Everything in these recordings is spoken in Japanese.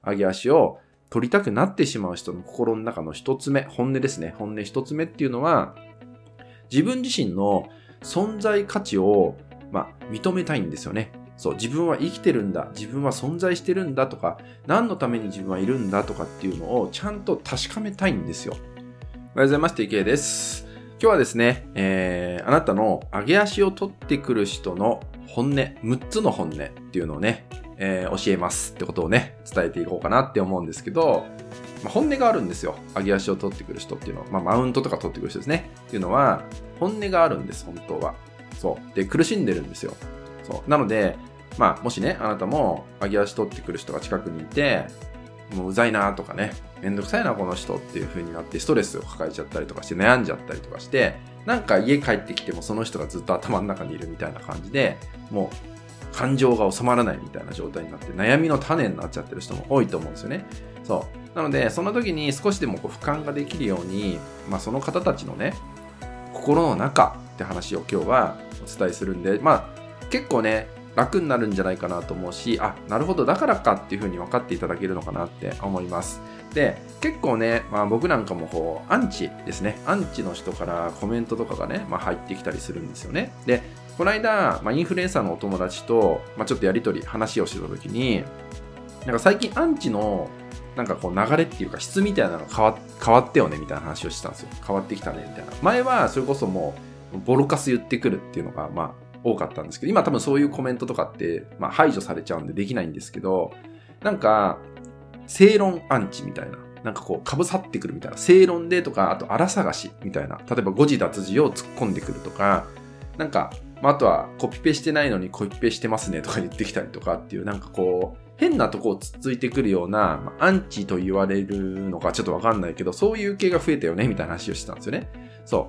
上げ足を取りたくなってしまう人の心の中の一つ目、本音ですね。本音一つ目っていうのは、自分自身の存在価値を、認めたいんですよね。そう、自分は生きてるんだ、自分は存在してるんだとか、何のために自分はいるんだとかっていうのをちゃんと確かめたいんですよ。おはようございます。TK です。今日はですね、あなたの上げ足を取ってくる人の本音、6つの本音っていうのをね、教えますってことをね、伝えていこうかなって思うんですけど、本音があるんですよ。上げ足を取ってくる人っていうのは、マウントとか取ってくる人ですね。っていうのは、本音があるんです、本当は。そう。で、苦しんでるんですよ。そう。なので、もしね、あなたも上げ足取ってくる人が近くにいて、もううざいなとかね、めんどくさいなこの人っていう風になってストレスを抱えちゃったりとかして悩んじゃったりとかして、なんか家帰ってきてもその人がずっと頭の中にいるみたいな感じで、もう感情が収まらないみたいな状態になって悩みの種になっちゃってる人も多いと思うんですよね。そう。なので、その時に少しでも俯瞰ができるように、その方たちのね、心の中って話を今日はお伝えするんで、結構ね、楽になるんじゃないかなと思うし、なるほど、だからかっていう風に分かっていただけるのかなって思います。で、結構ね、僕なんかもアンチですね。アンチの人からコメントとかがね、入ってきたりするんですよね。で、この間、インフルエンサーのお友達と、ちょっとやりとり、話をしてた時に、なんか最近アンチの、なんか流れっていうか質みたいなの変わってよねみたいな話をしてたんですよ。変わってきたねみたいな。前はそれこそもう、ボロカス言ってくるっていうのが、多かったんですけど、今多分そういうコメントとかって、排除されちゃうんでできないんですけど、なんか、正論アンチみたいな。なんかかぶさってくるみたいな。正論でとか、あと荒探しみたいな。例えば誤字脱字を突っ込んでくるとか、なんか、あとはコピペしてないのにコピペしてますねとか言ってきたりとかっていう、なんか変なとこをつっついてくるような、アンチと言われるのかちょっとわかんないけど、そういう系が増えたよねみたいな話をしてたんですよね。そう。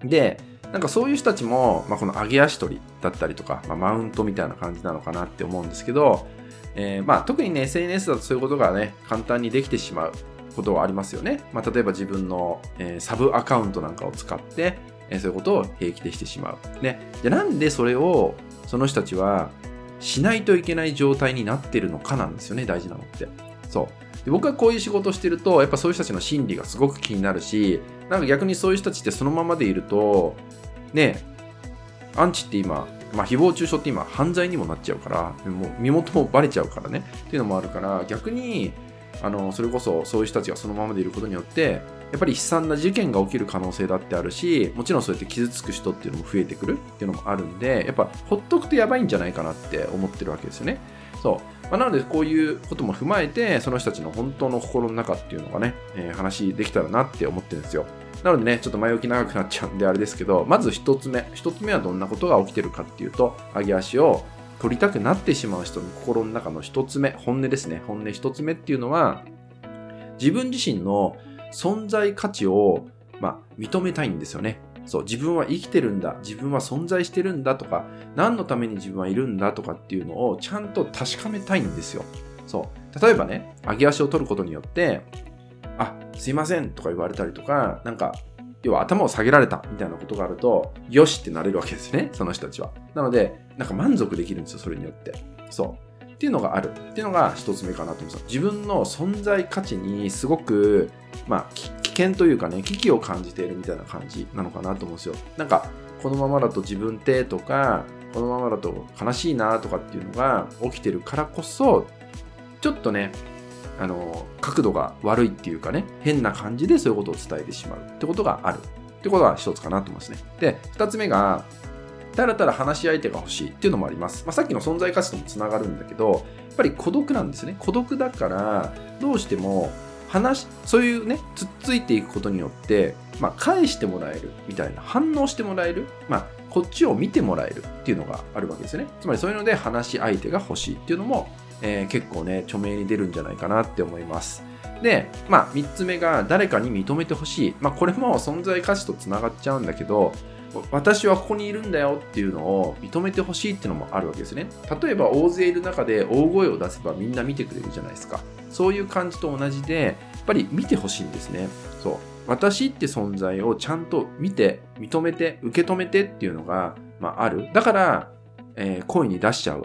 で、なんかそういう人たちも、この上げ足取りだったりとか、マウントみたいな感じなのかなって思うんですけど、特にね、SNS だとそういうことがね、簡単にできてしまうことはありますよね。例えば自分の、サブアカウントなんかを使って、そういうことを平気でしてしまう。ね。じゃあなんでそれを、その人たちはしないといけない状態になってるのかなんですよね、大事なのって。そう。で、僕はこういう仕事をしてると、やっぱそういう人たちの心理がすごく気になるし、なんか逆にそういう人たちってそのままでいると、ね、アンチって今、誹謗中傷って今犯罪にもなっちゃうから、もう身元もバレちゃうからね、っていうのもあるから、逆に、それこそそういう人たちがそのままでいることによって、やっぱり悲惨な事件が起きる可能性だってあるし、もちろんそうやって傷つく人っていうのも増えてくるっていうのもあるんで、やっぱほっとくとやばいんじゃないかなって思ってるわけですよね。そう。なのでこういうことも踏まえて、その人たちの本当の心の中っていうのがね、話できたらなって思ってるんですよ。なのでね、ちょっと前置き長くなっちゃうんであれですけど、まず一つ目はどんなことが起きてるかっていうと、上げ足を取りたくなってしまう人の心の中の一つ目、本音ですね。本音一つ目っていうのは、自分自身の存在価値を、認めたいんですよね。そう、自分は生きてるんだ、自分は存在してるんだとか、何のために自分はいるんだとかっていうのをちゃんと確かめたいんですよ。そう。例えばね、上げ足を取ることによって、すいませんとか言われたりとか、なんか、要は頭を下げられたみたいなことがあると、よしってなれるわけですね、その人たちは。なので、なんか満足できるんですよ、それによって。そう。っていうのがある。っていうのが一つ目かなと思います。自分の存在価値にすごく、危険というかね、危機を感じているみたいな感じなのかなと思うんですよ。なんか、このままだと自分ってとか、このままだと悲しいなとかっていうのが起きてるからこそ、ちょっとね、角度が悪いっていうかね、変な感じでそういうことを伝えてしまうってことがあるってことが一つかなと思いますね。で、二つ目が、ただただ話し相手が欲しいっていうのもあります。さっきの存在価値ともつながるんだけど、やっぱり孤独なんですね。孤独だから、どうしてもそういうね、つっついていくことによって、返してもらえるみたいな、反応してもらえる、こっちを見てもらえるっていうのがあるわけですね。つまりそういうので話し相手が欲しいっていうのも、結構ね、著名に出るんじゃないかなって思います。で、3つ目が誰かに認めてほしい。これも存在価値とつながっちゃうんだけど、私はここにいるんだよっていうのを認めてほしいっていうのもあるわけですね。例えば大勢いる中で大声を出せばみんな見てくれるじゃないですか。そういう感じと同じで、やっぱり見てほしいんですね。そう。私って存在をちゃんと見て、認めて、受け止めてっていうのが、ある。だから、声に出しちゃうわけ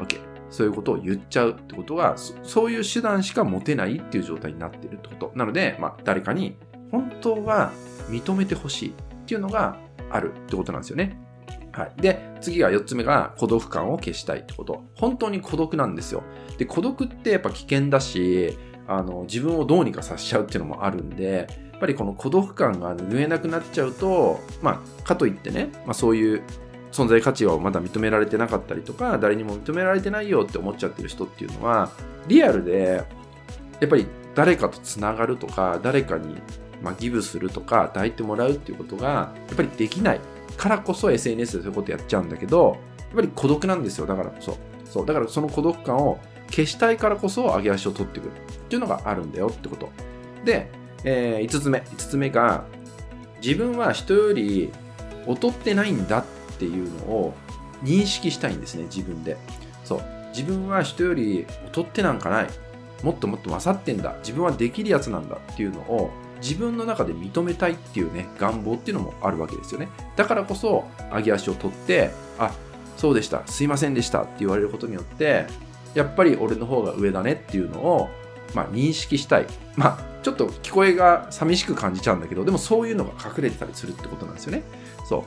そういうことを言っちゃうってことは、そういう手段しか持てないっていう状態になっているってこと。なので、誰かに本当は認めてほしいっていうのがあるってことなんですよね。はい。で、次が4つ目が孤独感を消したいってこと。本当に孤独なんですよ。で、孤独ってやっぱ危険だし、自分をどうにかさせちゃうっていうのもあるんで、やっぱりこの孤独感が拭えなくなっちゃうと、かといってね、そういう存在価値はまだ認められてなかったりとか、誰にも認められてないよって思っちゃってる人っていうのは、リアルで、やっぱり誰かとつながるとか、誰かにギブするとか、抱いてもらうっていうことが、やっぱりできないからこそ SNS でそういうことやっちゃうんだけど、やっぱり孤独なんですよ、だからこそ。そう、だからその孤独感を消したいからこそ上げ足を取ってくるっていうのがあるんだよってこと。で、5つ目が、自分は人より劣ってないんだっていうのを認識したいんですね、自分で。そう。自分は人より劣ってなんかない。もっともっと勝ってんだ。自分はできるやつなんだっていうのを自分の中で認めたいっていうね、願望っていうのもあるわけですよね。だからこそ、上げ足を取って、そうでした。すいませんでしたって言われることによって、やっぱり俺の方が上だねっていうのを、認識したい。ちょっと聞こえが寂しく感じちゃうんだけど、でもそういうのが隠れてたりするってことなんですよね。そう。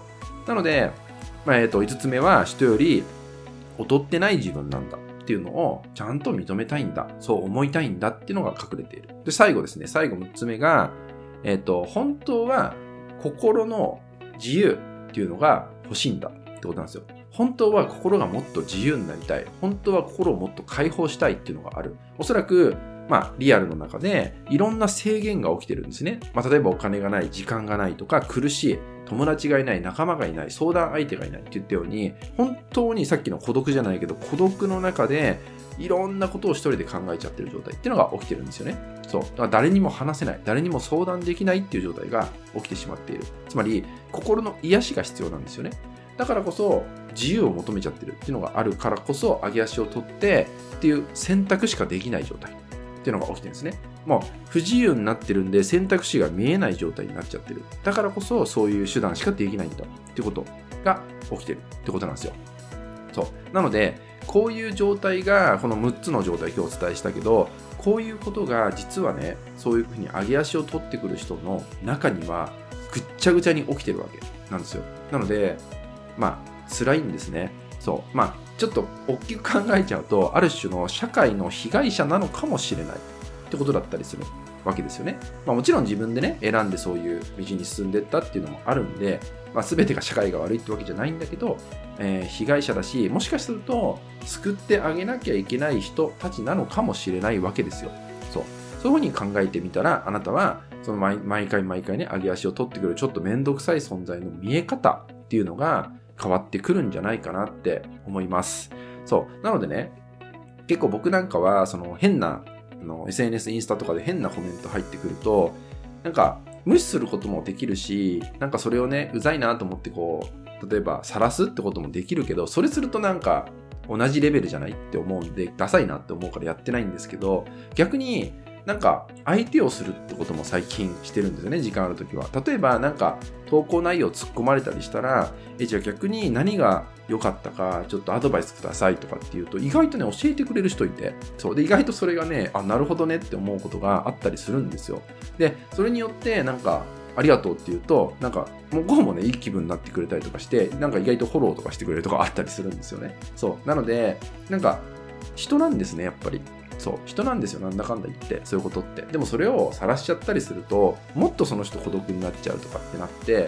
なので、5つ目は人より劣ってない自分なんだっていうのをちゃんと認めたいんだ。そう思いたいんだっていうのが隠れている。で、最後ですね。最後6つ目が、本当は心の自由っていうのが欲しいんだってことなんですよ。本当は心がもっと自由になりたい。本当は心をもっと解放したいっていうのがある。おそらく、リアルの中でいろんな制限が起きてるんですね。例えばお金がない、時間がないとか、苦しい、友達がいない、仲間がいない、相談相手がいないって言ったように、本当にさっきの孤独じゃないけど、孤独の中でいろんなことを一人で考えちゃってる状態っていうのが起きてるんですよね。そう。だから誰にも話せない、誰にも相談できないっていう状態が起きてしまっている。つまり、心の癒しが必要なんですよね。だからこそ、自由を求めちゃってるっていうのがあるからこそ、上げ足を取ってっていう選択しかできない状態っていうのが起きてるんですね。もう不自由になってるんで選択肢が見えない状態になっちゃってる。だからこそそういう手段しかできないんだってことが起きてるってことなんですよ。そう。なので、こういう状態が、この6つの状態今日お伝えしたけど、こういうことが実はね、そういうふうに上げ足を取ってくる人の中にはぐっちゃぐちゃに起きてるわけなんですよ。なので、辛いんですね。そう。ちょっと大きく考えちゃうと、ある種の社会の被害者なのかもしれないってことだったりするわけですよね。もちろん自分でね、選んでそういう道に進んでいったっていうのもあるんで、全てが社会が悪いってわけじゃないんだけど、被害者だし、もしかすると救ってあげなきゃいけない人たちなのかもしれないわけですよ。そういうふうに考えてみたら、あなたはその毎回ね、上げ足を取ってくるちょっとめんどくさい存在の見え方っていうのが変わってくるんじゃないかなって思います。そう。なのでね、結構僕なんかは、その変な、SNS、インスタとかで変なコメント入ってくると、無視することもできるし、それをね、うざいなと思って例えば晒すってこともできるけど、それすると同じレベルじゃないって思うんで、ダサいなって思うからやってないんですけど、逆に相手をするってことも最近してるんですよね、時間あるときは。例えば投稿内容を突っ込まれたりしたら、じゃあ逆に何が良かったかちょっとアドバイスくださいとかって言うと、意外とね教えてくれる人いて、そうで意外とそれがね、なるほどねって思うことがあったりするんですよ。でそれによってありがとうって言うと、向こうもねいい気分になってくれたりとかして、意外とフォローとかしてくれるとかあったりするんですよね。そうなので人なんですね、やっぱり。そう、人なんですよ、なんだかんだ言って、そういうことって。でもそれを晒しちゃったりすると、もっとその人孤独になっちゃうとかってなって、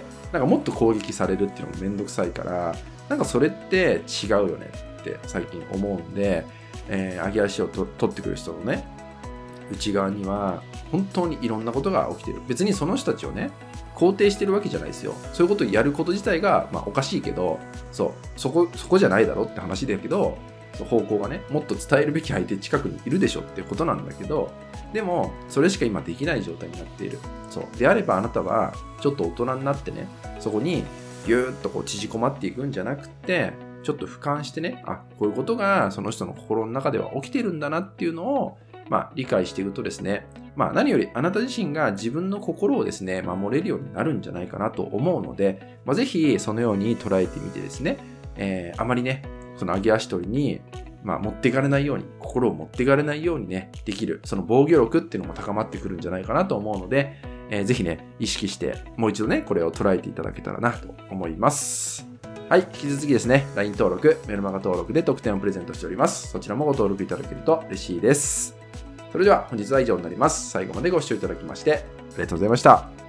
もっと攻撃されるっていうのもめんどくさいから、それって違うよねって最近思うんで、上げ足を取ってくる人のね、内側には本当にいろんなことが起きてる。別にその人たちをね、肯定してるわけじゃないですよ。そういうことをやること自体が、おかしいけど、そこじゃないだろって話だけど、方向がね、もっと伝えるべき相手近くにいるでしょっていうことなんだけど、でもそれしか今できない状態になっている。そうであれば、あなたはちょっと大人になってね、そこにぎゅーっと縮こまっていくんじゃなくて、ちょっと俯瞰してね、こういうことがその人の心の中では起きてるんだなっていうのを理解していくとですね、何よりあなた自身が自分の心をですね、守れるようになるんじゃないかなと思うので、ぜひそのように捉えてみてですね、あまりね、その上げ足取りに持っていかれないように、心を持っていかれないようにね、できる、その防御力っていうのも高まってくるんじゃないかなと思うので、ぜひね、意識して、もう一度ね、これを捉えていただけたらなと思います。はい、引き続きですね、LINE 登録、メルマガ登録で特典をプレゼントしております。そちらもご登録いただけると嬉しいです。それでは本日は以上になります。最後までご視聴いただきまして、ありがとうございました。